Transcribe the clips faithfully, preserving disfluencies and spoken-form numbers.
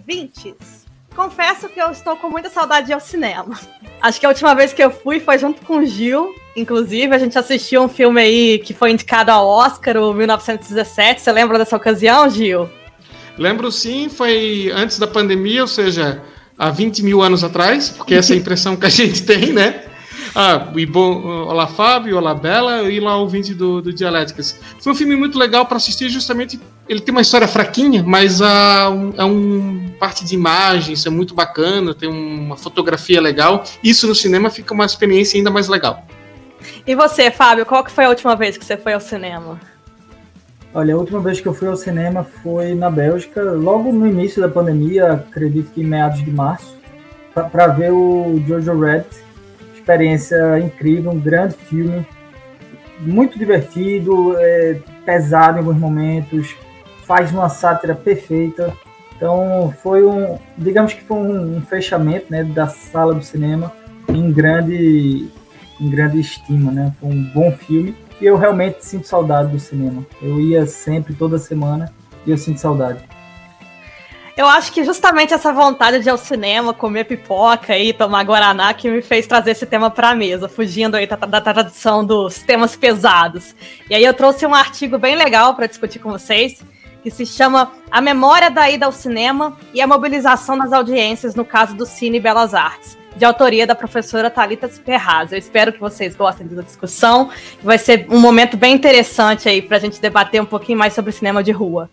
ouvintes! Confesso que eu estou com muita saudade de ir ao cinema. Acho que a última vez que eu fui foi junto com o Gil. Inclusive, a gente assistiu um filme aí que foi indicado ao Oscar, o mil novecentos e dezessete. Você lembra dessa ocasião, Gil? Lembro sim, foi antes da pandemia, ou seja, há vinte mil anos atrás, porque essa é a impressão que a gente tem, né? Ah, e bom, olá Fábio, olá Bela e lá ouvinte do, do Dialéticas. Foi um filme muito legal para assistir, justamente, ele tem uma história fraquinha, mas a, um, a um parte de imagens é muito bacana, tem uma fotografia legal, isso no cinema fica uma experiência ainda mais legal. E você, Fábio, qual que foi a última vez que você foi ao cinema? Olha, a última vez que eu fui ao cinema foi na Bélgica, logo no início da pandemia, acredito que em meados de março, para ver o Jojo Rabbit. Experiência incrível, um grande filme, muito divertido, é, pesado em alguns momentos, faz uma sátira perfeita. Então foi um, digamos que foi um, um fechamento, né, da sala do cinema em grande, em grande estima, né? Foi um bom filme e eu realmente sinto saudade do cinema. Eu ia sempre, toda semana, e eu sinto saudade. Eu acho que justamente essa vontade de ir ao cinema, comer pipoca e tomar guaraná que me fez trazer esse tema para a mesa, fugindo aí da, da tradição dos temas pesados. E aí eu trouxe um artigo bem legal para discutir com vocês, que se chama A Memória da Ida ao Cinema e a Mobilização das Audiências no caso do Cine e Belas Artes, de autoria da professora Thalita Ferraz. Eu espero que vocês gostem dessa discussão. Vai ser um momento bem interessante aí para a gente debater um pouquinho mais sobre cinema de rua.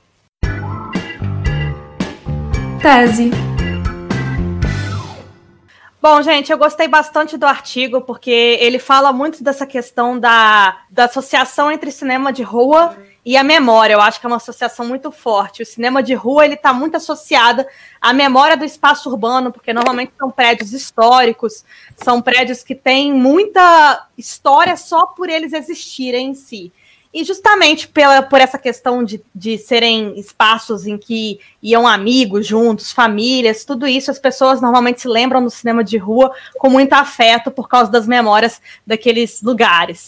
Tese. Bom, gente, eu gostei bastante do artigo, porque ele fala muito dessa questão da, da associação entre cinema de rua e a memória. Eu acho que é uma associação muito forte. O cinema de rua ele está muito associado à memória do espaço urbano, porque normalmente são prédios históricos, são prédios que têm muita história só por eles existirem em si. E justamente pela, por essa questão de, de serem espaços em que iam amigos juntos, famílias, tudo isso, as pessoas normalmente se lembram do cinema de rua com muito afeto por causa das memórias daqueles lugares.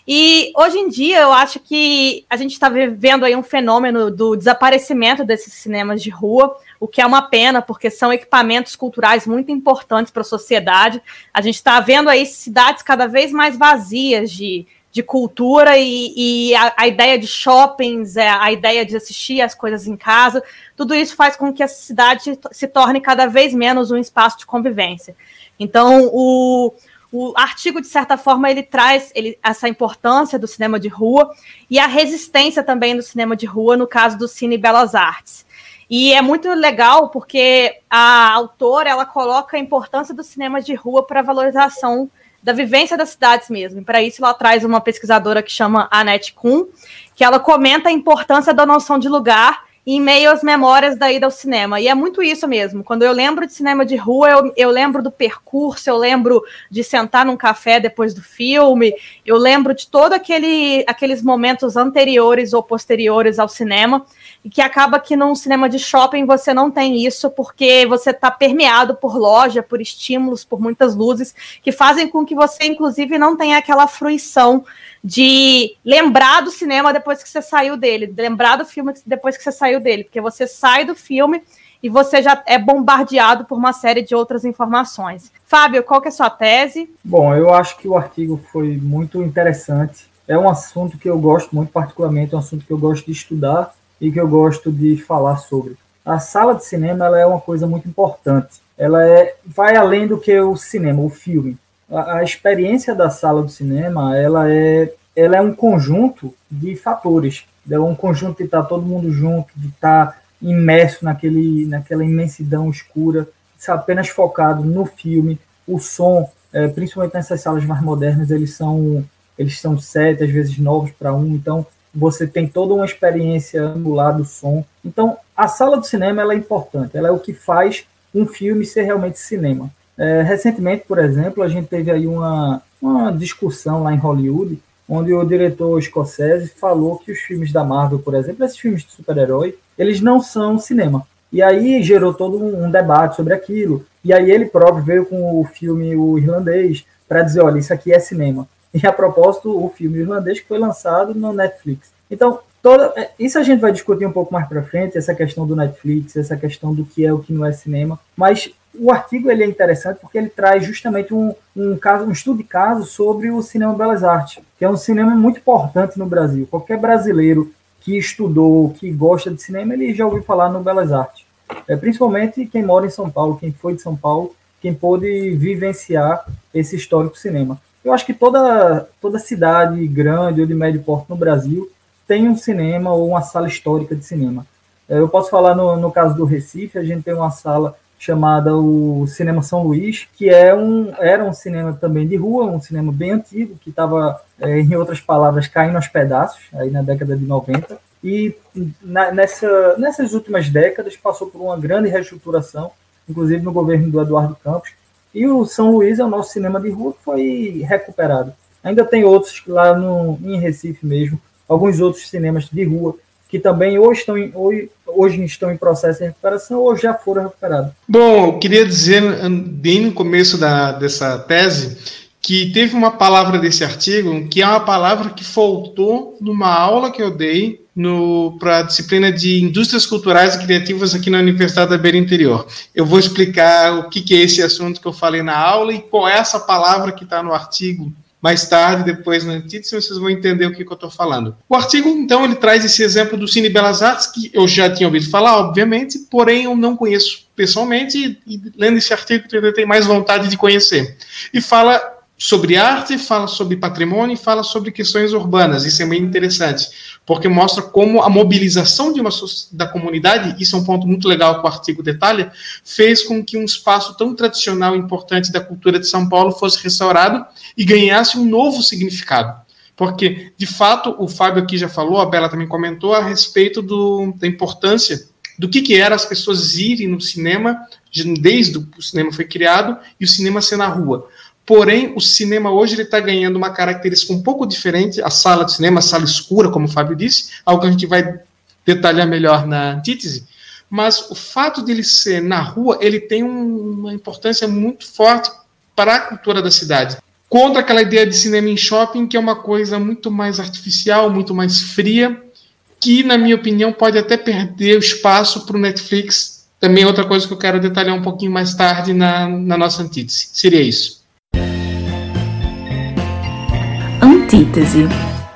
E hoje em dia eu acho que a gente está vivendo aí um fenômeno do desaparecimento desses cinemas de rua, o que é uma pena, porque são equipamentos culturais muito importantes para a sociedade. A gente está vendo aí cidades cada vez mais vazias de de cultura e, e a, a ideia de shoppings, a ideia de assistir as coisas em casa, tudo isso faz com que a cidade se torne cada vez menos um espaço de convivência. Então, o, o artigo, de certa forma, ele traz ele, essa importância do cinema de rua e a resistência também do cinema de rua, no caso do Cine e Belas Artes. E é muito legal porque a autora ela coloca a importância do cinema de rua para a valorização da vivência das cidades mesmo. E para isso ela traz uma pesquisadora que chama Annette Kuhn, que ela comenta a importância da noção de lugar em meio às memórias da ida ao cinema. E é muito isso mesmo. Quando eu lembro de cinema de rua, eu, eu lembro do percurso, eu lembro de sentar num café depois do filme, eu lembro de todos aquele, aqueles momentos anteriores ou posteriores ao cinema, e que acaba que num cinema de shopping você não tem isso, porque você está permeado por loja, por estímulos, por muitas luzes, que fazem com que você, inclusive, não tenha aquela fruição de lembrar do cinema depois que você saiu dele, lembrar do filme depois que você saiu dele, porque você sai do filme e você já é bombardeado por uma série de outras informações. Fábio, qual que é a sua tese? Bom, eu acho que o artigo foi muito interessante. É um assunto que eu gosto muito, particularmente, é um assunto que eu gosto de estudar e que eu gosto de falar sobre. A sala de cinema ela é uma coisa muito importante. Ela é, vai além do que o cinema, o filme. A, a experiência da sala do cinema ela é, ela é um conjunto de fatores. É um conjunto de estar todo mundo junto, de estar imerso naquele, naquela imensidão escura, apenas focado no filme. O som, é, principalmente nessas salas mais modernas, eles são, eles são sete, às vezes novos para um, então você tem toda uma experiência angular do som. Então, a sala do cinema ela é importante, ela é o que faz um filme ser realmente cinema. É, recentemente, por exemplo, a gente teve aí uma, uma discussão lá em Hollywood, onde o diretor Scorsese falou que os filmes da Marvel, por exemplo, esses filmes de super-herói, eles não são cinema. E aí gerou todo um, um debate sobre aquilo. E aí ele próprio veio com o filme O Irlandês para dizer, olha, isso aqui é cinema. E, a propósito, o filme irlandês que foi lançado no Netflix. Então, toda, isso a gente vai discutir um pouco mais para frente, essa questão do Netflix, essa questão do que é o que não é cinema, mas o artigo ele é interessante porque ele traz justamente um, um, caso, um estudo de caso sobre o cinema Belas Artes, que é um cinema muito importante no Brasil. Qualquer brasileiro que estudou, que gosta de cinema, ele já ouviu falar no Belas Artes. É, principalmente quem mora em São Paulo, quem foi de São Paulo, quem pôde vivenciar esse histórico cinema. Eu acho que toda, toda cidade grande ou de médio porte no Brasil tem um cinema ou uma sala histórica de cinema. É, eu posso falar no, no caso do Recife, a gente tem uma sala chamada o Cinema São Luís, que é um, era um cinema também de rua, um cinema bem antigo, que estava, é, em outras palavras, caindo aos pedaços, aí na década de noventa, e na, nessa, nessas últimas décadas passou por uma grande reestruturação, inclusive no governo do Eduardo Campos, e o São Luís é o nosso cinema de rua que foi recuperado. Ainda tem outros lá no, em Recife mesmo, alguns outros cinemas de rua, que também ou estão em, hoje, hoje estão em processo de recuperação ou já foram recuperados. Bom, eu queria dizer, bem no começo da, dessa tese, que teve uma palavra desse artigo, que é uma palavra que faltou numa aula que eu dei para a disciplina de Indústrias Culturais e Criativas aqui na Universidade da Beira Interior. Eu vou explicar o que, que é esse assunto que eu falei na aula e qual é essa palavra que está no artigo. Mais tarde, depois na antítese, vocês vão entender o que, que eu estou falando. O artigo, então, ele traz esse exemplo do Cine Belas Artes, que eu já tinha ouvido falar, obviamente, porém eu não conheço pessoalmente, e, e lendo esse artigo eu tenho mais vontade de conhecer. E fala sobre arte, fala sobre patrimônio e fala sobre questões urbanas. Isso é bem interessante, porque mostra como a mobilização de uma, da comunidade, isso é um ponto muito legal que o artigo detalha, fez com que um espaço tão tradicional e importante da cultura de São Paulo fosse restaurado e ganhasse um novo significado. Porque, de fato, o Fábio aqui já falou, a Bela também comentou, a respeito do, da importância do que, que era as pessoas irem no cinema, desde que o cinema foi criado, e o cinema ser na rua. Porém, o cinema hoje está ganhando uma característica um pouco diferente, a sala de cinema, a sala escura, como o Fábio disse, algo que a gente vai detalhar melhor na antítese, mas o fato de ele ser na rua, ele tem um, uma importância muito forte para a cultura da cidade. Contra aquela ideia de cinema em shopping, que é uma coisa muito mais artificial, muito mais fria, que, na minha opinião, pode até perder o espaço para o Netflix. Também é outra coisa que eu quero detalhar um pouquinho mais tarde na, na nossa antítese. Seria isso. Antítese.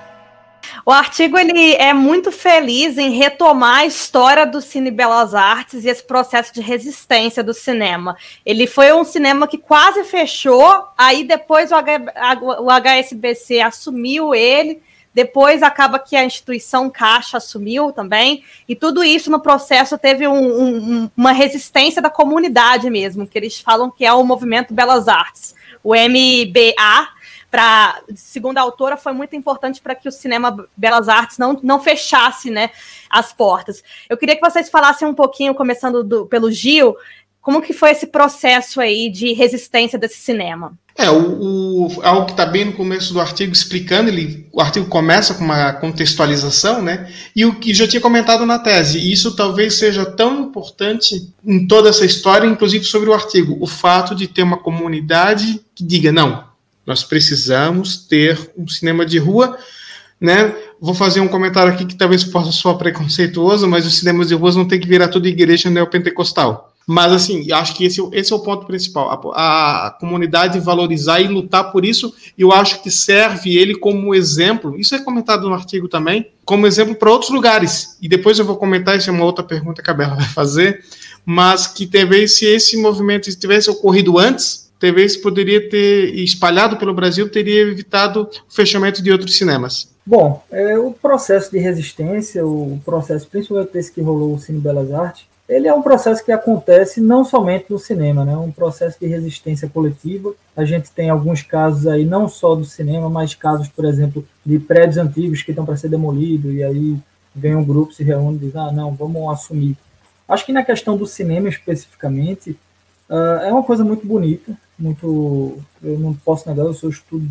O artigo ele é muito feliz em retomar a história do Cine Belas Artes e esse processo de resistência do cinema. Ele foi um cinema que quase fechou, aí depois o, H, o H S B C assumiu ele, depois acaba que a instituição Caixa assumiu também, e tudo isso no processo teve um, um, uma resistência da comunidade mesmo, que eles falam que é o movimento Belas Artes. O M B A, Pra, segundo a autora, foi muito importante para que o cinema Belas Artes não, não fechasse, né, as portas. Eu queria que vocês falassem um pouquinho, começando do, pelo Gil, como que foi esse processo aí de resistência desse cinema? É, o, o, algo que está bem no começo do artigo explicando, ele, o artigo começa com uma contextualização, né, e o que já tinha comentado na tese, e isso talvez seja tão importante em toda essa história, inclusive sobre o artigo, o fato de ter uma comunidade que diga, não, nós precisamos ter um cinema de rua, né? Vou fazer um comentário aqui que talvez possa soar preconceituoso, mas os cinemas de rua não tem que virar tudo igreja neopentecostal. Mas, assim, acho que esse, esse é o ponto principal. A, a comunidade valorizar e lutar por isso, e eu acho que serve ele como exemplo, isso é comentado no artigo também, como exemplo para outros lugares. E depois eu vou comentar, isso é uma outra pergunta que a Bela vai fazer, mas que talvez se esse movimento tivesse ocorrido antes, talvez poderia ter espalhado pelo Brasil, teria evitado o fechamento de outros cinemas. Bom, é, o processo de resistência, o processo, principalmente esse que rolou o Cine Belas Artes, ele é um processo que acontece não somente no cinema, né? É um processo de resistência coletiva. A gente tem alguns casos aí, não só do cinema, mas casos, por exemplo, de prédios antigos que estão para ser demolidos, e aí vem um grupo, se reúne e diz, ah, não, vamos assumir. Acho que na questão do cinema especificamente, uh, é uma coisa muito bonita, muito, eu não posso negar, eu sou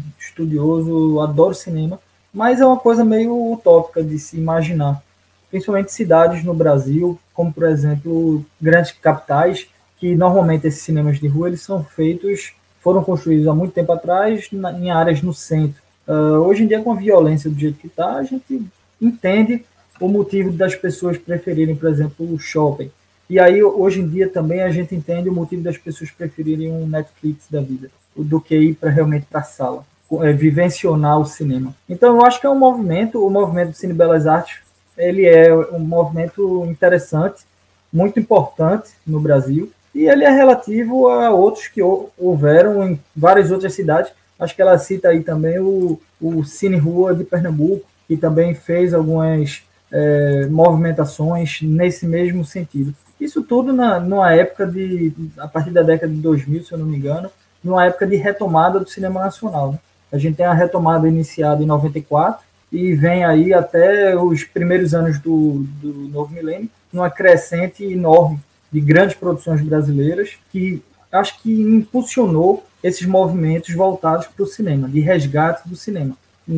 estudioso, adoro cinema, mas é uma coisa meio utópica de se imaginar, principalmente cidades no Brasil, como por exemplo grandes capitais, que normalmente esses cinemas de rua eles são feitos, foram construídos há muito tempo atrás na, em áreas no centro. Uh, hoje em dia, com a violência do jeito que está, a gente entende o motivo das pessoas preferirem, por exemplo, o shopping. E aí, hoje em dia, também a gente entende o motivo das pessoas preferirem um Netflix da vida, do que ir pra, realmente para a sala, é, vivencionar o cinema. Então, eu acho que é um movimento, o movimento do Cine Belas Artes, ele é um movimento interessante, muito importante no Brasil, e ele é relativo a outros que houveram em várias outras cidades. Acho que ela cita aí também o, o Cine Rua de Pernambuco, que também fez algumas é, movimentações nesse mesmo sentido. Isso tudo na, numa época de, a partir da década de dois mil, se eu não me engano, numa época de retomada do cinema nacional, né? A gente tem a retomada iniciada em noventa e quatro e vem aí até os primeiros anos do, do novo milênio, numa crescente enorme de grandes produções brasileiras que acho que impulsionou esses movimentos voltados para o cinema, de resgate do cinema,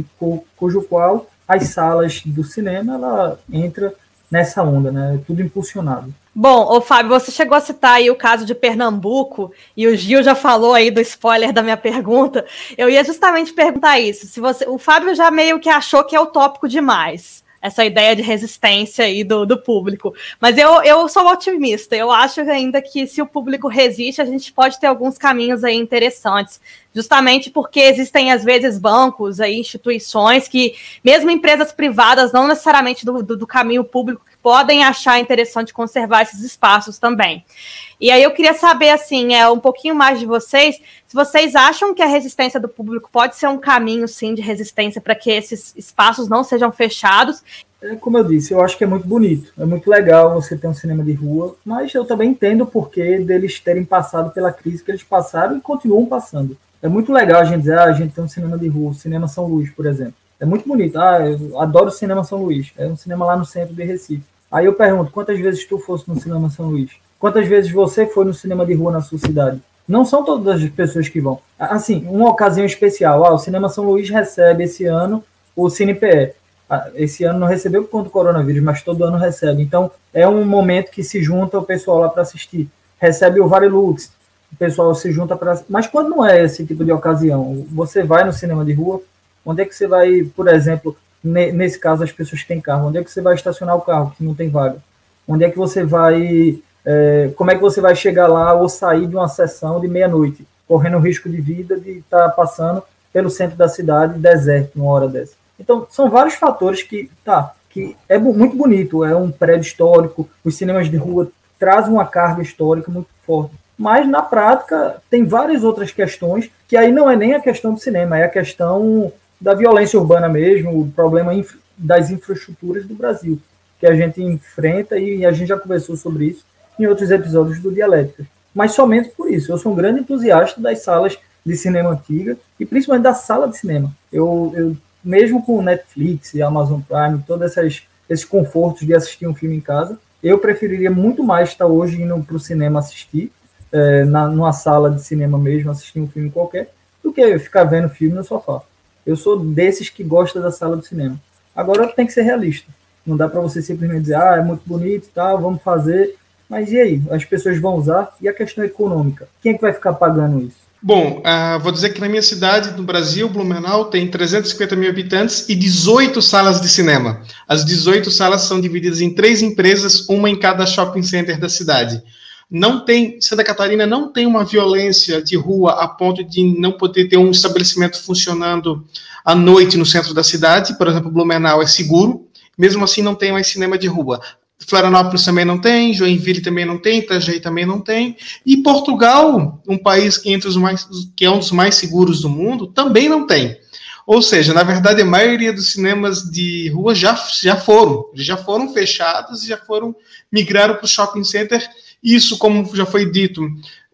cujo qual as salas do cinema ela entra nessa onda, né? Tudo impulsionado. Bom, ô Fábio, você chegou a citar aí o caso de Pernambuco, e o Gil já falou aí do spoiler da minha pergunta. Eu ia justamente perguntar isso. Se você, o Fábio já meio que achou que é utópico demais essa ideia de resistência aí do, do público. Mas eu, eu sou otimista. Eu acho ainda que se o público resiste, a gente pode ter alguns caminhos aí interessantes. Justamente porque existem, às vezes, bancos, aí, instituições que, mesmo empresas privadas, não necessariamente do, do, do caminho público, que podem achar interessante conservar esses espaços também. E aí eu queria saber, assim, é, um pouquinho mais de vocês, se vocês acham que a resistência do público pode ser um caminho, sim, de resistência para que esses espaços não sejam fechados. É, como eu disse, eu acho que é muito bonito, é muito legal você ter um cinema de rua, mas eu também entendo o porquê deles terem passado pela crise que eles passaram e continuam passando. É muito legal a gente dizer, ah, a gente tem um cinema de rua, o Cinema São Luís, por exemplo. É muito bonito, ah, eu adoro o Cinema São Luís, é um cinema lá no centro de Recife. Aí eu pergunto, quantas vezes tu fosse no Cinema São Luís? Quantas vezes você foi no cinema de rua na sua cidade? Não são todas as pessoas que vão. Assim, uma ocasião especial, ah, o Cinema São Luís recebe esse ano o Cine P E. Ah, esse ano não recebeu por conta do coronavírus, mas todo ano recebe. Então, é um momento que se junta o pessoal lá para assistir. Recebe o Varilux, o pessoal se junta para... Mas quando não é esse tipo de ocasião, você vai no cinema de rua, onde é que você vai, por exemplo, nesse caso as pessoas que têm carro, onde é que você vai estacionar o carro, que não tem vaga? Onde é que você vai... É, como é que você vai chegar lá ou sair de uma sessão de meia-noite, correndo o risco de vida de estar passando pelo centro da cidade deserto numa hora dessa? Então, são vários fatores que, tá, que é muito bonito, é um prédio histórico, os cinemas de rua trazem uma carga histórica muito forte. Mas, na prática, tem várias outras questões que aí não é nem a questão do cinema, é a questão da violência urbana mesmo, o problema das infraestruturas do Brasil, que a gente enfrenta e a gente já conversou sobre isso em outros episódios do Dialética. Mas somente por isso. Eu sou um grande entusiasta das salas de cinema antiga e principalmente da sala de cinema. Eu, eu mesmo com Netflix e Amazon Prime, todos essas, esses confortos de assistir um filme em casa, eu preferiria muito mais estar hoje indo para o cinema assistir, é, na, numa sala de cinema mesmo, assistir um filme qualquer, do que ficar vendo filme no sofá. Eu sou desses que gosta da sala de cinema. Agora tem que ser realista. Não dá para você simplesmente dizer, ah, é muito bonito e tal, vamos fazer... Mas e aí? As pessoas vão usar? E a questão econômica? Quem é que vai ficar pagando isso? Bom, uh, vou dizer que na minha cidade, no Brasil, Blumenau, tem trezentos e cinquenta mil habitantes e dezoito salas de cinema. As dezoito salas são divididas em três empresas, uma em cada shopping center da cidade. Não tem, Santa Catarina não tem uma violência de rua a ponto de não poder ter um estabelecimento funcionando à noite no centro da cidade. Por exemplo, Blumenau é seguro, mesmo assim não tem mais cinema de rua. Florianópolis também não tem, Joinville também não tem, Itajaí também não tem, e Portugal, um país que, entre os mais, que é um dos mais seguros do mundo, também não tem. Ou seja, na verdade, a maioria dos cinemas de rua já, já foram, já foram fechados e já foram, migraram para o shopping center. Isso, como já foi dito,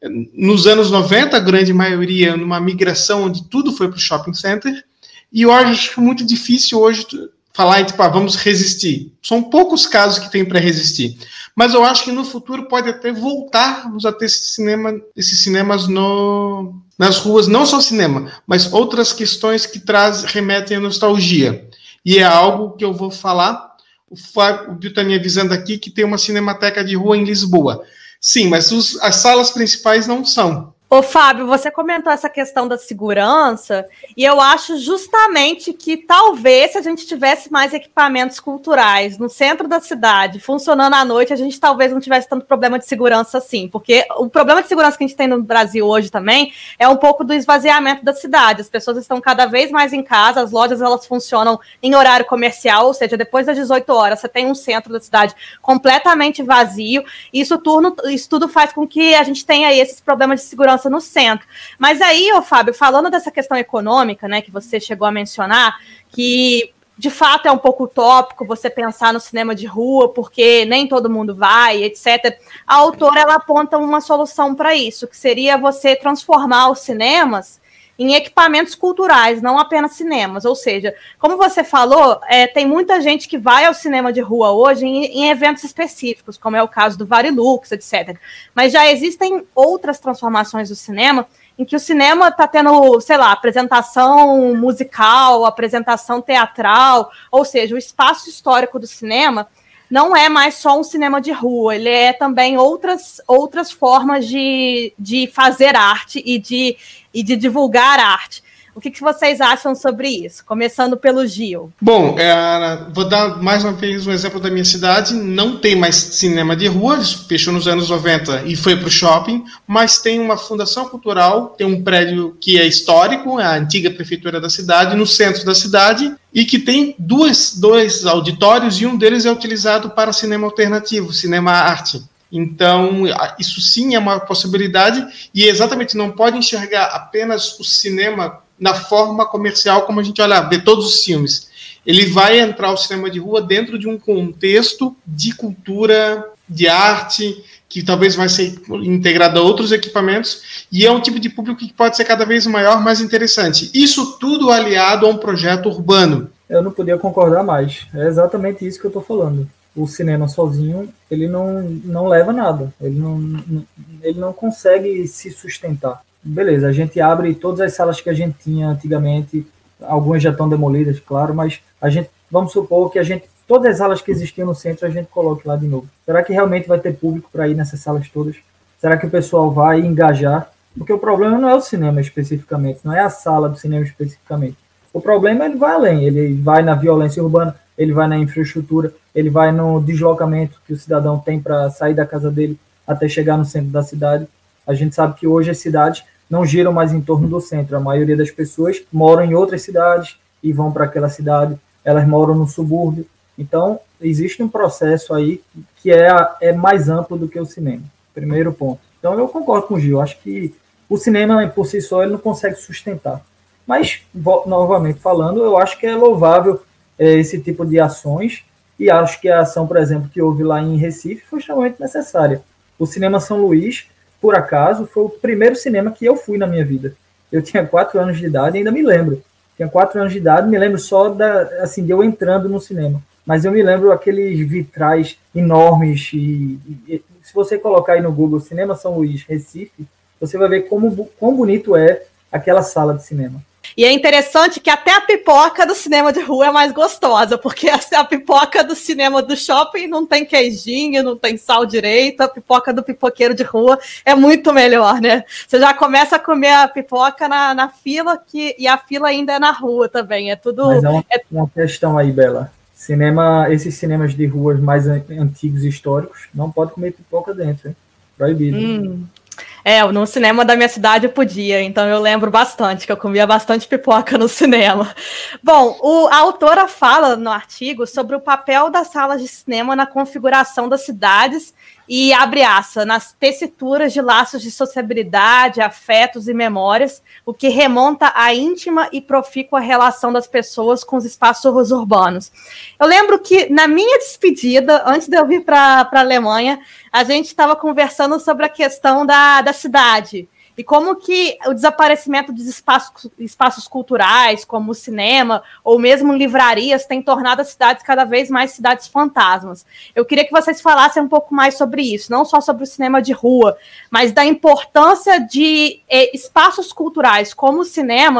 nos anos noventa, a grande maioria, numa migração onde tudo foi para o shopping center, e eu acho muito difícil hoje falar em, tipo, ah, vamos resistir. São poucos casos que tem para resistir. Mas eu acho que no futuro pode até voltarmos a ter esse cinema, esses cinemas no, nas ruas, não só cinema, mas outras questões que traz, remetem à nostalgia. E é algo que eu vou falar. O Fábio está me avisando aqui que tem uma cinemateca de rua em Lisboa. Sim, mas os, as salas principais não são. Ô, Fábio, você comentou essa questão da segurança, e eu acho justamente que talvez se a gente tivesse mais equipamentos culturais no centro da cidade, funcionando à noite, a gente talvez não tivesse tanto problema de segurança assim, porque o problema de segurança que a gente tem no Brasil hoje também é um pouco do esvaziamento da cidade. As pessoas estão cada vez mais em casa, as lojas elas funcionam em horário comercial, ou seja, depois das dezoito horas, você tem um centro da cidade completamente vazio, e isso, turno, isso tudo faz com que a gente tenha aí esses problemas de segurança no centro. Mas aí, ô Fábio, falando dessa questão econômica, né, que você chegou a mencionar, que de fato é um pouco utópico você pensar no cinema de rua, porque nem todo mundo vai, etcétera. A autora, ela aponta uma solução para isso, que seria você transformar os cinemas em equipamentos culturais, não apenas cinemas. Ou seja, como você falou, é, tem muita gente que vai ao cinema de rua hoje em, em eventos específicos, como é o caso do Varilux, etcétera. Mas já existem outras transformações do cinema em que o cinema está tendo, sei lá, apresentação musical, apresentação teatral, ou seja, o espaço histórico do cinema não é mais só um cinema de rua, ele é também outras, outras formas de, de fazer arte e de, e de divulgar arte. O que, que vocês acham sobre isso? Começando pelo Gil. Bom, é, vou dar mais uma vez um exemplo da minha cidade. Não tem mais cinema de rua, fechou nos anos noventa e foi para o shopping, mas tem uma fundação cultural, tem um prédio que é histórico, a antiga prefeitura da cidade, no centro da cidade, e que tem duas, dois auditórios, e um deles é utilizado para cinema alternativo, cinema arte. Então, isso sim é uma possibilidade, e exatamente não pode enxergar apenas o cinema na forma comercial, como a gente olha, vê todos os filmes. Ele vai entrar o cinema de rua dentro de um contexto de cultura, de arte, que talvez vai ser integrado a outros equipamentos, e é um tipo de público que pode ser cada vez maior, mais interessante. Isso tudo aliado a um projeto urbano. Eu não podia concordar mais. É exatamente isso que eu estou falando. O cinema sozinho, ele não, não leva nada. Ele não, ele não consegue se sustentar. Beleza, a gente abre todas as salas que a gente tinha antigamente, algumas já estão demolidas, claro, mas a gente, vamos supor que a gente, todas as salas que existiam no centro, a gente coloque lá de novo. Será que realmente vai ter público para ir nessas salas todas? Será que o pessoal vai engajar? Porque o problema não é o cinema especificamente, não é a sala do cinema especificamente. O problema, ele vai além, ele vai na violência urbana, ele vai na infraestrutura, ele vai no deslocamento que o cidadão tem para sair da casa dele até chegar no centro da cidade. A gente sabe que hoje as cidades não giram mais em torno do centro. A maioria das pessoas moram em outras cidades e vão para aquela cidade, elas moram no subúrbio. Então, existe um processo aí que é, é mais amplo do que o cinema. Primeiro ponto. Então, eu concordo com o Gil. Acho que o cinema, por si só, ele não consegue sustentar. Mas, novamente falando, eu acho que é louvável é, esse tipo de ações, e acho que a ação, por exemplo, que houve lá em Recife foi extremamente necessária. O Cinema São Luís, por acaso, foi o primeiro cinema que eu fui na minha vida. Eu tinha quatro anos de idade e ainda me lembro. Tinha quatro anos de idade, me lembro só da, assim, de eu entrando no cinema. Mas eu me lembro aqueles vitrais enormes. E, e se você colocar aí no Google Cinema São Luís, Recife, você vai ver como, quão bonito é aquela sala de cinema. E é interessante que até a pipoca do cinema de rua é mais gostosa, porque a pipoca do cinema do shopping não tem queijinho, não tem sal direito, a pipoca do pipoqueiro de rua é muito melhor, né? Você já começa a comer a pipoca na, na fila, que, e a fila ainda é na rua também, é tudo... Mas é uma, é... uma questão aí, Bela. Cinema, esses cinemas de ruas mais antigos e históricos, não pode comer pipoca dentro, hein? Proibido. Hum. É, no cinema da minha cidade eu podia, então eu lembro bastante, que eu comia bastante pipoca no cinema. Bom, o, a autora fala no artigo sobre o papel das salas de cinema na configuração das cidades e, abre aspas, nas tessituras de laços de sociabilidade, afetos e memórias, o que remonta à íntima e profícua relação das pessoas com os espaços urbanos. Eu lembro que, na minha despedida, antes de eu vir para a Alemanha, a gente estava conversando sobre a questão da, da cidade e como que o desaparecimento dos espaços, espaços culturais, como o cinema ou mesmo livrarias, tem tornado as cidades cada vez mais cidades fantasmas. Eu queria que vocês falassem um pouco mais sobre isso, não só sobre o cinema de rua, mas da importância de eh, espaços culturais como o cinema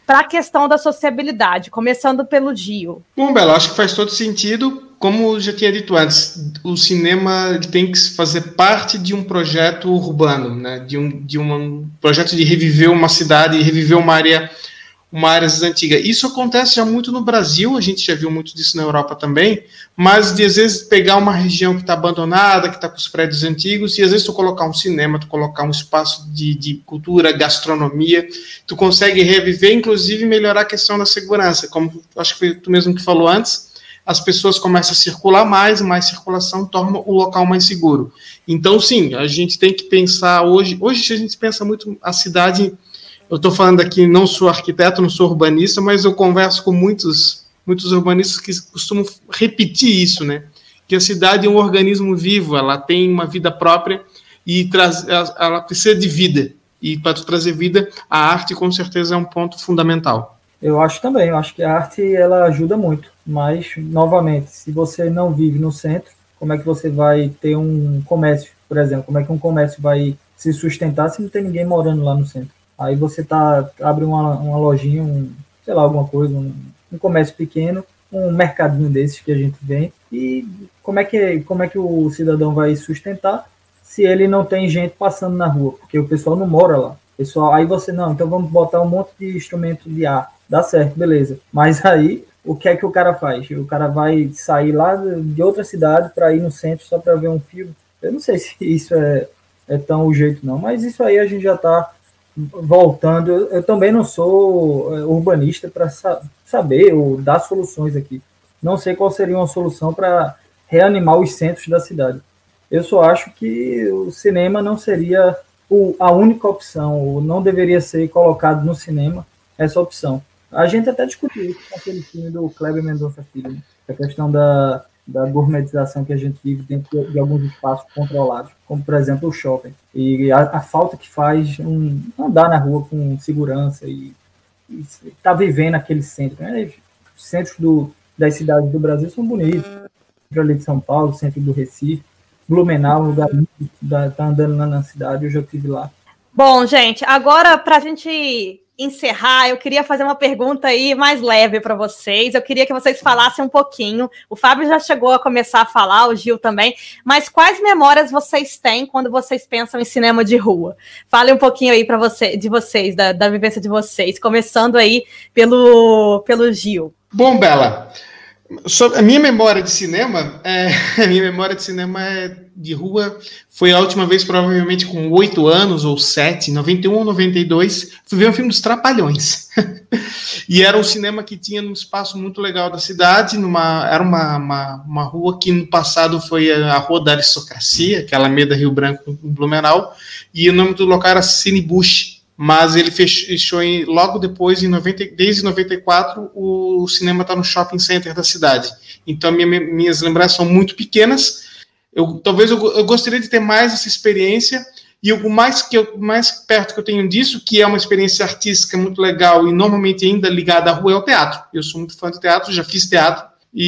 para a questão da sociabilidade, começando pelo Gio? Bom, Bela, acho que faz todo sentido. Como eu já tinha dito antes, o cinema ele tem que fazer parte de um projeto urbano, né? de, um, de um projeto de reviver uma cidade, reviver uma área, uma área antiga. Isso acontece já muito no Brasil, a gente já viu muito disso na Europa também, mas de às vezes pegar uma região que está abandonada, que está com os prédios antigos, e às vezes tu colocar um cinema, tu colocar um espaço de, de cultura, gastronomia, tu consegue reviver, inclusive melhorar a questão da segurança, como acho que foi tu mesmo que falou antes, as pessoas começam a circular mais, mais circulação torna o local mais seguro. Então, sim, a gente tem que pensar hoje, hoje a gente pensa muito a cidade, eu estou falando aqui, não sou arquiteto, não sou urbanista, mas eu converso com muitos, muitos urbanistas que costumam repetir isso, né? Que a cidade é um organismo vivo, ela tem uma vida própria e traz, ela precisa de vida. E para trazer vida, a arte com certeza é um ponto fundamental. Eu acho também, eu acho que a arte ela ajuda muito, mas, novamente, se você não vive no centro, como é que você vai ter um comércio, por exemplo? Como é que um comércio vai se sustentar se não tem ninguém morando lá no centro? Aí você tá, abre uma, uma lojinha, um, sei lá, alguma coisa, um, um comércio pequeno, um mercadinho desses que a gente vem, e como é que, como é que o cidadão vai sustentar se ele não tem gente passando na rua? Porque o pessoal não mora lá. Pessoal, aí você, não, então vamos botar um monte de instrumento de ar. Dá certo, beleza. Mas aí, o que é que o cara faz? O cara vai sair lá de outra cidade para ir no centro só para ver um filme? Eu não sei se isso é, é tão o jeito, não. Mas isso aí a gente já está voltando. Eu, eu também não sou urbanista para sa- saber ou dar soluções aqui. Não sei qual seria uma solução para reanimar os centros da cidade. Eu só acho que o cinema não seria o, a única opção, ou não deveria ser colocado no cinema essa opção. A gente até discutiu isso com aquele filme do Kleber Mendonça Filho, né? A questão da, da gourmetização que a gente vive dentro de, de alguns espaços controlados, como, por exemplo, o shopping. E a, a falta que faz um, andar na rua com segurança e estar tá vivendo aquele centro. Né? Os centros do, das cidades do Brasil são bonitos. O centro de São Paulo, o centro do Recife, Blumenau, um lugar da, tá andando lá na cidade, eu já estive lá. Bom, gente, agora para a gente encerrar, eu queria fazer uma pergunta aí mais leve para vocês. Eu queria que vocês falassem um pouquinho. O Fábio já chegou a começar a falar, o Gil também. Mas quais memórias vocês têm quando vocês pensam em cinema de rua? Fale um pouquinho aí para você, de vocês, da, da vivência de vocês, começando aí pelo, pelo Gil. Bom, Bela, a minha memória de cinema, é, a minha memória de cinema é de rua, foi a última vez provavelmente com oito anos ou sete, noventa e um ou noventa e dois, fui ver um filme dos Trapalhões. E era um cinema que tinha num espaço muito legal da cidade, numa, era uma, uma, uma rua que no passado foi a Rua da Aristocracia, aquela Alameda Rio Branco em Blumenau, e o nome do local era Cine Bush. Mas ele fechou em, logo depois, em noventa, desde noventa e quatro, o cinema está no shopping center da cidade. Então, minha, minhas lembranças são muito pequenas. Eu, talvez eu, eu gostaria de ter mais essa experiência, e o mais, que eu, mais perto que eu tenho disso, que é uma experiência artística muito legal e normalmente ainda ligada à rua, é o teatro. Eu sou muito fã de teatro, já fiz teatro,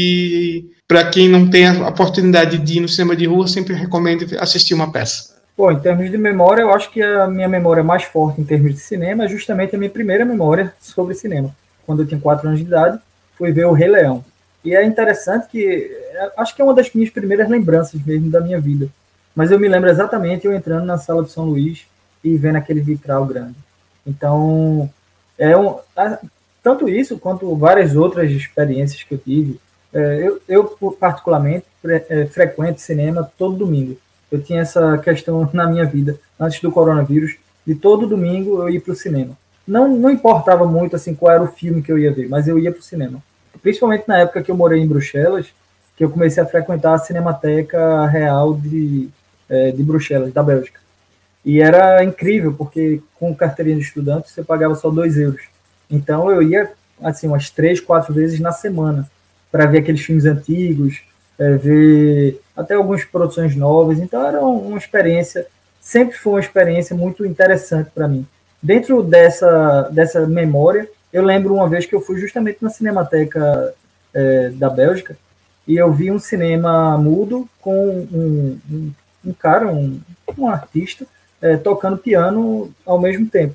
e para quem não tem a oportunidade de ir no cinema de rua, sempre recomendo assistir uma peça. Bom, em termos de memória, eu acho que a minha memória mais forte em termos de cinema é justamente a minha primeira memória sobre cinema. Quando eu tinha quatro anos de idade, fui ver o Rei Leão. E é interessante que, acho que é uma das minhas primeiras lembranças mesmo da minha vida. Mas eu me lembro exatamente eu entrando na sala de São Luís e vendo aquele vitral grande. Então, é um, tanto isso quanto várias outras experiências que eu tive. Eu, eu particularmente, frequento cinema todo domingo. Eu tinha essa questão na minha vida, antes do coronavírus, de todo domingo eu ir para o cinema. Não, não importava muito assim, qual era o filme que eu ia ver, mas eu ia para o cinema. Principalmente na época que eu morei em Bruxelas, que eu comecei a frequentar a Cinemateca Real de, é, de Bruxelas, da Bélgica. E era incrível, porque com carteirinha de estudante você pagava só dois euros. Então eu ia assim, umas três, quatro vezes na semana para ver aqueles filmes antigos, é, ver até algumas produções novas. Então era uma experiência, sempre foi uma experiência muito interessante para mim. Dentro dessa, dessa memória, eu lembro uma vez que eu fui justamente na Cinemateca é, da Bélgica e eu vi um cinema mudo com um, um, um cara, um, um artista, é, tocando piano ao mesmo tempo.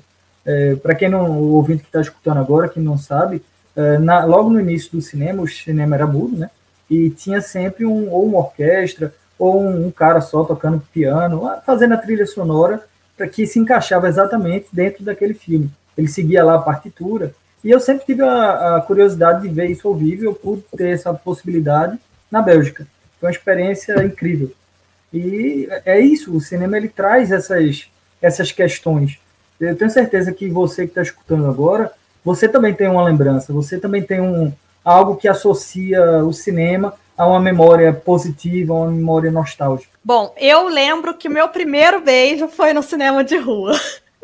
É, para quem não, o ouvinte que está escutando agora, que não sabe, é, na, logo no início do cinema, o cinema era mudo, né? E tinha sempre um, ou uma orquestra, ou um, um cara só tocando piano, fazendo a trilha sonora, para que se encaixava exatamente dentro daquele filme. Ele seguia lá a partitura, e eu sempre tive a, a curiosidade de ver isso ao vivo, eu pude ter essa possibilidade na Bélgica. Foi uma experiência incrível. E é isso, o cinema ele traz essas, essas questões. Eu tenho certeza que você que está escutando agora, você também tem uma lembrança, você também tem um, algo que associa o cinema a uma memória positiva, a uma memória nostálgica. Bom, eu lembro que meu primeiro beijo foi no cinema de rua.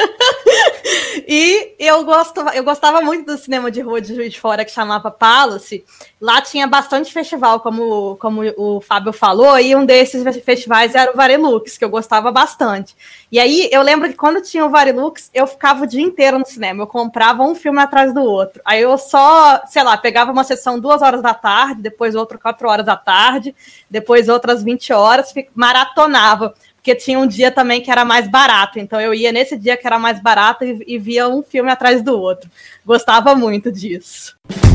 E eu, gosto, eu gostava muito do cinema de rua de Juiz de Fora, que chamava Palace. Lá tinha bastante festival, como, como o Fábio falou, e um desses festivais era o Varilux, que eu gostava bastante. E aí eu lembro que quando tinha o Varilux, eu ficava o dia inteiro no cinema, eu comprava um filme atrás do outro. Aí eu só, sei lá, pegava uma sessão duas horas da tarde, depois outra quatro horas da tarde, depois outras vinte horas, maratonava. Porque tinha um dia também que era mais barato, então eu ia nesse dia que era mais barato e, e via um filme atrás do outro. Gostava muito disso.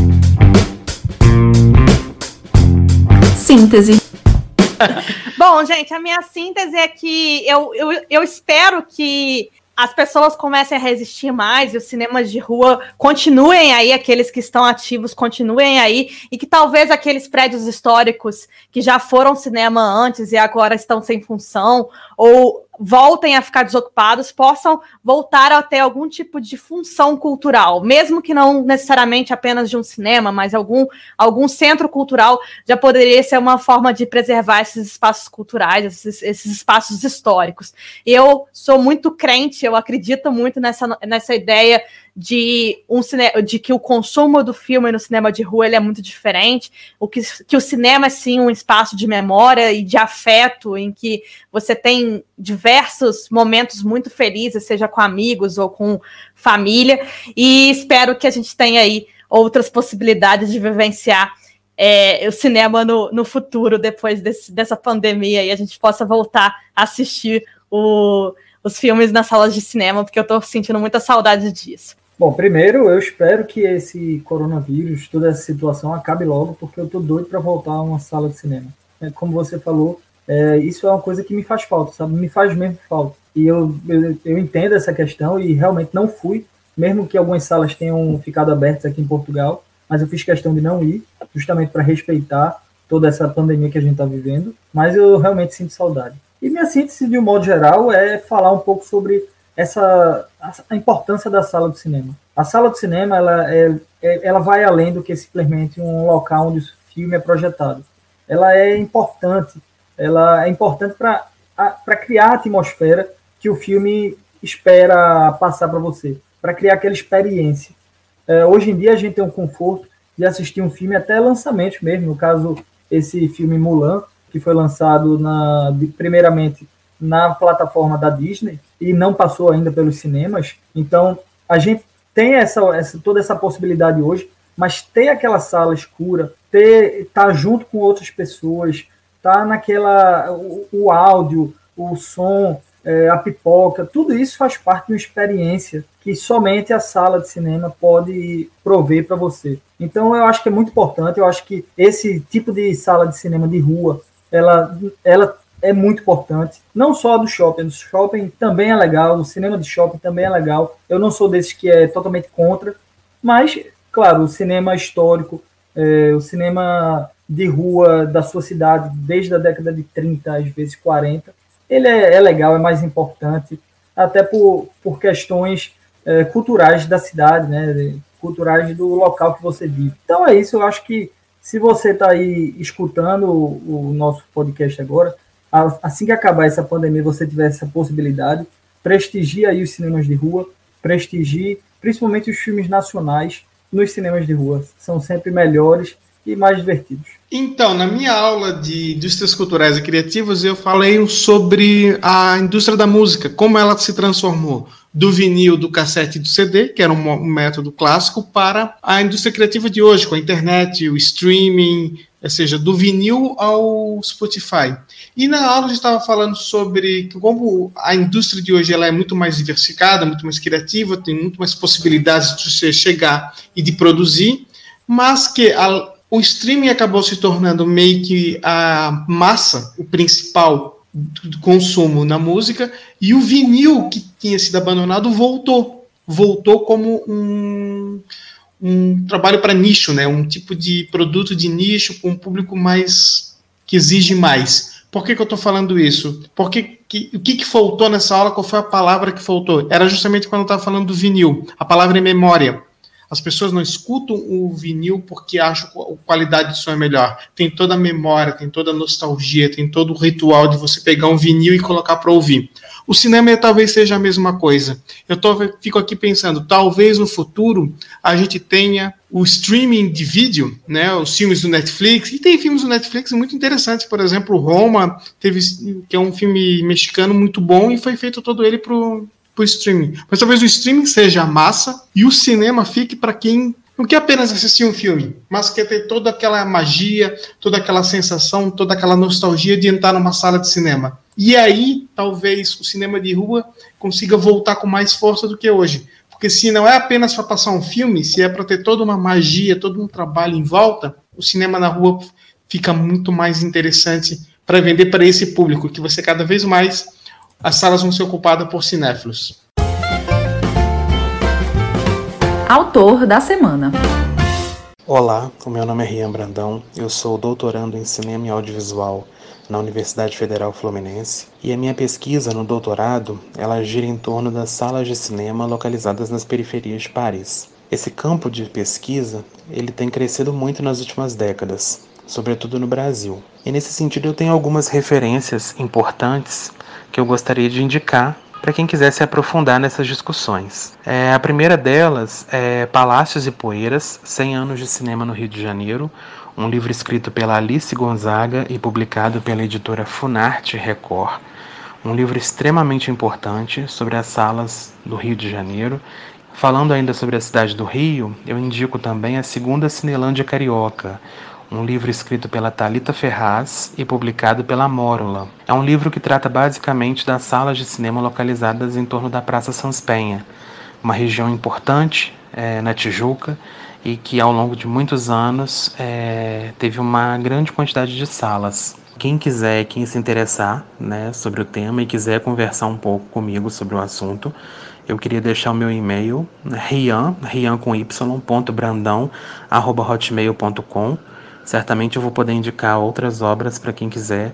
Síntese. Bom, gente, a minha síntese é que eu, eu, eu espero que as pessoas comecem a resistir mais e os cinemas de rua continuem aí, aqueles que estão ativos continuem aí, e que talvez aqueles prédios históricos que já foram cinema antes e agora estão sem função, ou voltem a ficar desocupados, possam voltar a ter algum tipo de função cultural, mesmo que não necessariamente apenas de um cinema, mas algum, algum centro cultural já poderia ser uma forma de preservar esses espaços culturais, esses, esses espaços históricos. Eu sou muito crente, eu acredito muito nessa, nessa ideia de, um cine, de que o consumo do filme no cinema de rua ele é muito diferente, o que, que o cinema é sim um espaço de memória e de afeto, em que você tem diversos momentos muito felizes, seja com amigos ou com família, e espero que a gente tenha aí outras possibilidades de vivenciar é, o cinema no, no futuro, depois desse, dessa pandemia, e a gente possa voltar a assistir o, os filmes nas salas de cinema, porque eu estou sentindo muita saudade disso. Bom, primeiro eu espero que esse coronavírus, toda essa situação acabe logo, porque eu tô doido para voltar a uma sala de cinema. É, como você falou, é, isso é uma coisa que me faz falta, sabe? Me faz mesmo falta. E eu, eu, eu entendo essa questão e realmente não fui, mesmo que algumas salas tenham ficado abertas aqui em Portugal, mas eu fiz questão de não ir, justamente para respeitar toda essa pandemia que a gente está vivendo, mas eu realmente sinto saudade. E minha síntese, de um modo geral, é falar um pouco sobre essa, a importância da sala de cinema. A sala de cinema ela, é, ela vai além do que simplesmente um local onde o filme é projetado. Ela é importante, ela é importante para criar a atmosfera que o filme espera passar para você, para criar aquela experiência. É, hoje em dia a gente tem um conforto de assistir um filme até lançamento mesmo, no caso esse filme Mulan, que foi lançado na, primeiramente na plataforma da Disney e não passou ainda pelos cinemas. Então a gente tem essa, essa, toda essa possibilidade hoje, mas ter aquela sala escura, ter estar tá junto com outras pessoas, tá naquela o, o áudio, o som, é, a pipoca, tudo isso faz parte de uma experiência que somente a sala de cinema pode prover para você. Então eu acho que é muito importante, eu acho que esse tipo de sala de cinema de rua, ela, ela é muito importante, não só do shopping, do shopping também é legal, o cinema de shopping também é legal, eu não sou desses que é totalmente contra, mas, claro, o cinema histórico, é, o cinema de rua da sua cidade, desde a década de trinta, às vezes quarenta, ele é, é legal, é mais importante, até por, por questões é, culturais da cidade, né, culturais do local que você vive. Então é isso, eu acho que se você está aí escutando o, o nosso podcast agora, assim que acabar essa pandemia, você tiver essa possibilidade, prestigie aí os cinemas de rua, prestigie principalmente os filmes nacionais nos cinemas de rua. São sempre melhores e mais divertidos. Então, na minha aula de indústrias culturais e criativas, eu falei sobre a indústria da música, como ela se transformou do vinil, do cassete e do C D, que era um método clássico, para a indústria criativa de hoje, com a internet, o streaming, ou seja, do vinil ao Spotify. E na aula a gente estava falando sobre como a indústria de hoje ela é muito mais diversificada, muito mais criativa, tem muito mais possibilidades de você chegar e de produzir, mas que a, o streaming acabou se tornando meio que a massa, o principal do consumo na música, e o vinil, que tinha sido abandonado, voltou. Voltou como um... um trabalho para nicho, né? Um tipo de produto de nicho com um público mais que exige mais. Por que, que eu estou falando isso? Porque que, o que, que faltou nessa aula? Qual foi a palavra que faltou? Era justamente quando eu estava falando do vinil. A palavra é memória. As pessoas não escutam o vinil porque acham que a qualidade do som é melhor. Tem toda a memória, tem toda a nostalgia, tem todo o ritual de você pegar um vinil e colocar para ouvir. O cinema talvez seja a mesma coisa. Eu tô, fico aqui pensando, talvez no futuro a gente tenha o streaming de vídeo, né, os filmes do Netflix, e tem filmes do Netflix muito interessantes, por exemplo, Roma, teve, que é um filme mexicano muito bom e foi feito todo ele pro para o streaming. Mas talvez o streaming seja a massa e o cinema fique para quem não quer apenas assistir um filme, mas quer ter toda aquela magia, toda aquela sensação, toda aquela nostalgia de entrar numa sala de cinema. E aí, talvez, o cinema de rua consiga voltar com mais força do que hoje. Porque se não é apenas para passar um filme, se é para ter toda uma magia, todo um trabalho em volta, o cinema na rua fica muito mais interessante para vender para esse público, que você cada vez mais... as salas vão ser ocupadas por cinéfilos. Autor da semana. Olá, o meu nome é Rian Brandão, eu sou doutorando em Cinema e Audiovisual na Universidade Federal Fluminense e a minha pesquisa no doutorado, ela gira em torno das salas de cinema localizadas nas periferias de Paris. Esse campo de pesquisa, ele tem crescido muito nas últimas décadas, sobretudo no Brasil. E nesse sentido eu tenho algumas referências importantes que eu gostaria de indicar para quem quiser se aprofundar nessas discussões. É, a primeira delas é Palácios e Poeiras, cem anos de cinema no Rio de Janeiro, um livro escrito pela Alice Gonzaga e publicado pela editora Funarte Record, um livro extremamente importante sobre as salas do Rio de Janeiro. Falando ainda sobre a cidade do Rio, eu indico também a Segunda Cinelândia Carioca, um livro escrito pela Thalita Ferraz e publicado pela Mórula. É um livro que trata basicamente das salas de cinema localizadas em torno da Praça Sans Penha, uma região importante é, na Tijuca e que ao longo de muitos anos é, teve uma grande quantidade de salas. Quem quiser, quem se interessar, né, sobre o tema e quiser conversar um pouco comigo sobre o assunto, eu queria deixar o meu e-mail, rian, rian com y, ponto brandão, arroba hotmail ponto com. Certamente eu vou poder indicar outras obras para quem quiser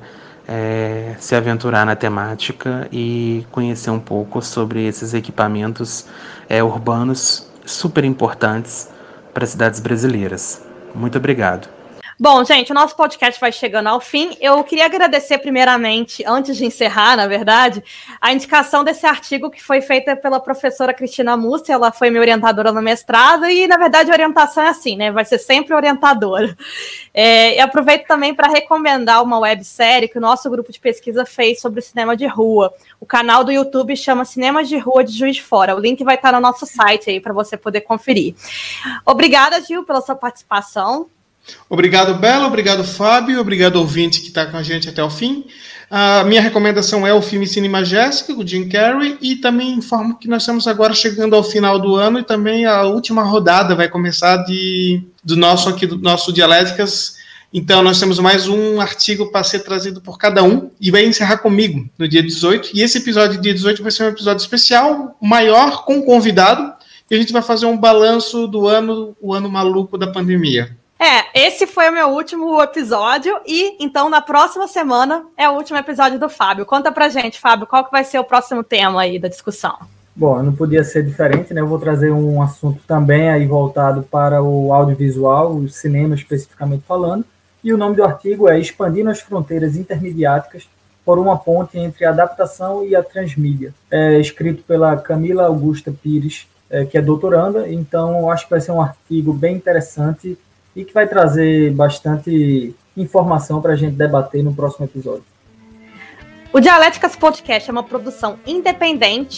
é, se aventurar na temática e conhecer um pouco sobre esses equipamentos é, urbanos super importantes para as cidades brasileiras. Muito obrigado. Bom, gente, o nosso podcast vai chegando ao fim. Eu queria agradecer primeiramente, antes de encerrar, na verdade, a indicação desse artigo que foi feita pela professora Cristina Mussi. Ela foi minha orientadora no mestrado e, na verdade, a orientação é assim, né? Vai ser sempre orientadora. É, e aproveito também para recomendar uma websérie que o nosso grupo de pesquisa fez sobre o cinema de rua. O canal do YouTube chama Cinema de Rua de Juiz de Fora. O link vai estar no nosso site aí para você poder conferir. Obrigada, Gil, pela sua participação. Obrigado, Bela, obrigado, Fábio, obrigado, ouvinte que está com a gente até o fim. A minha recomendação é o filme Cine Majestic, com Jim Carrey, e também informo que nós estamos agora chegando ao final do ano e também a última rodada vai começar de, do nosso aqui do nosso Dialéticas. Então nós temos mais um artigo para ser trazido por cada um e vai encerrar comigo no dia dezoito. E esse episódio, dia dezoito, vai ser um episódio especial, maior, com convidado, e a gente vai fazer um balanço do ano, o ano maluco da pandemia. É, esse foi o meu último episódio e, então, na próxima semana é o último episódio do Fábio. Conta pra gente, Fábio, qual que vai ser o próximo tema aí da discussão? Bom, não podia ser diferente, né? Eu vou trazer um assunto também aí voltado para o audiovisual, o cinema especificamente falando, e o nome do artigo é Expandindo as Fronteiras Intermediáticas por uma ponte entre a adaptação e a transmídia. É escrito pela Camila Augusta Pires, é, que é doutoranda, então eu acho que vai ser um artigo bem interessante e que vai trazer bastante informação para a gente debater no próximo episódio. O Dialéticas Podcast é uma produção independente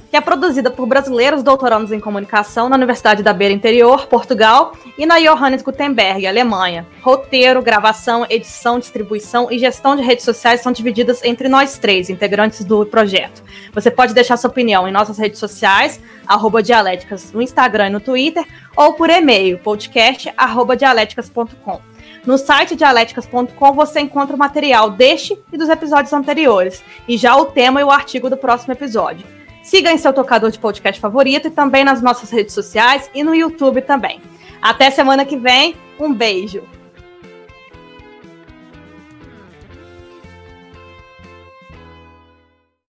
que é produzida por brasileiros doutorandos em comunicação na Universidade da Beira Interior, Portugal, e na Johannes Gutenberg, Alemanha. Roteiro, gravação, edição, distribuição e gestão de redes sociais são divididas entre nós três, integrantes do projeto. Você pode deixar sua opinião em nossas redes sociais, arroba dialéticas, no Instagram e no Twitter, ou por e-mail, podcast arroba dialéticas ponto com. No site dialéticas ponto com você encontra o material deste e dos episódios anteriores, e já o tema e o artigo do próximo episódio. Siga em seu tocador de podcast favorito e também nas nossas redes sociais e no YouTube também. Até semana que vem, um beijo!